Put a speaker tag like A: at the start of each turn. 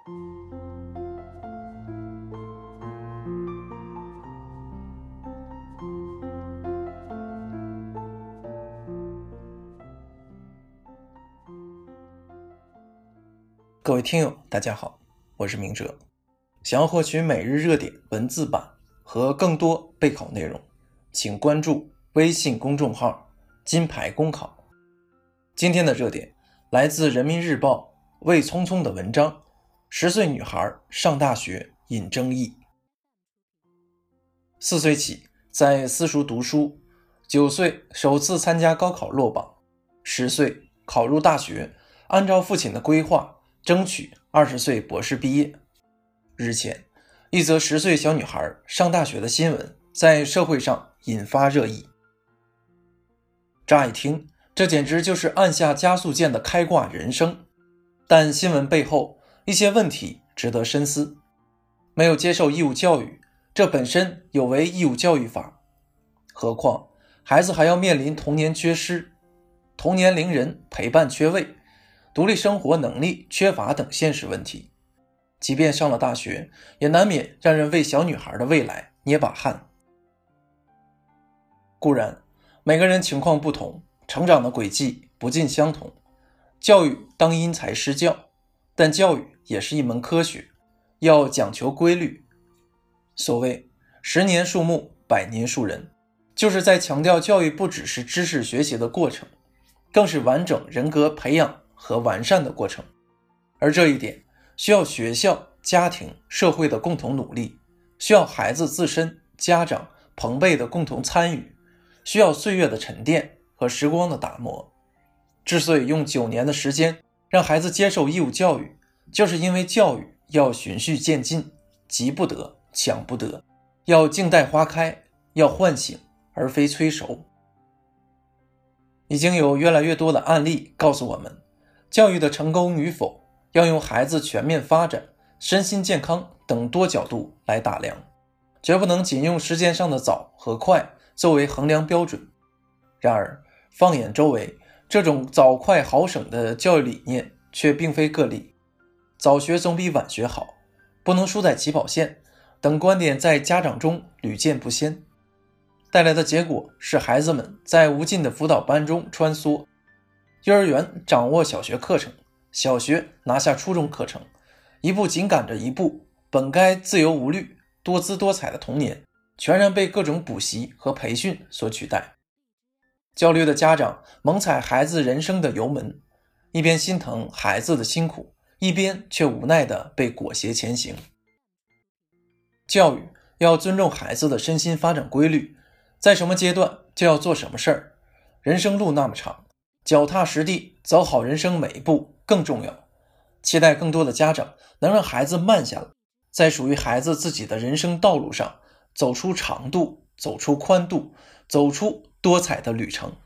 A: 各位听友大家好，我是明哲。想要获取每日热点文字版和更多备考内容，请关注微信公众号金牌公考。今天的热点来自人民日报魏聪聪的文章，10岁女孩上大学引争议。4岁起在私塾读书，9岁首次参加高考落榜，10岁考入大学，按照父亲的规划争取20岁博士毕业。日前，一则10岁小女孩上大学的新闻在社会上引发热议。乍一听，这简直就是按下加速键的开挂人生，但新闻背后一些问题值得深思。没有接受义务教育，这本身有违义务教育法，何况孩子还要面临童年缺失、同年龄人陪伴缺位、独立生活能力缺乏等现实问题。即便上了大学，也难免让人为小女孩的未来捏把汗。固然，每个人情况不同，成长的轨迹不尽相同，教育当因材施教，但教育也是一门科学，要讲求规律。所谓10年树木，100年树人，就是在强调教育不只是知识学习的过程，更是完整人格培养和完善的过程。而这一点需要学校、家庭、社会的共同努力，需要孩子自身、家长、朋辈的共同参与，需要岁月的沉淀和时光的打磨。之所以用9年的时间让孩子接受义务教育，就是因为教育要循序渐进，急不得，抢不得，要静待花开，要唤醒而非催熟。已经有越来越多的案例告诉我们，教育的成功与否要用孩子全面发展、身心健康等多角度来打量，绝不能仅用时间上的早和快作为衡量标准。然而，放眼周围，这种早快好省的教育理念却并非个例。早学总比晚学好，不能输在起跑线等观点在家长中屡见不鲜，带来的结果是孩子们在无尽的辅导班中穿梭，幼儿园掌握小学课程，小学拿下初中课程，一步紧赶着一步，本该自由无虑、多姿多彩的童年，全然被各种补习和培训所取代。焦虑的家长猛踩孩子人生的油门，一边心疼孩子的辛苦，一边却无奈地被裹挟前行。教育要尊重孩子的身心发展规律，在什么阶段就要做什么事儿。人生路那么长，脚踏实地走好人生每一步更重要。期待更多的家长能让孩子慢下来，在属于孩子自己的人生道路上走出长度，走出宽度，走出多彩的旅程。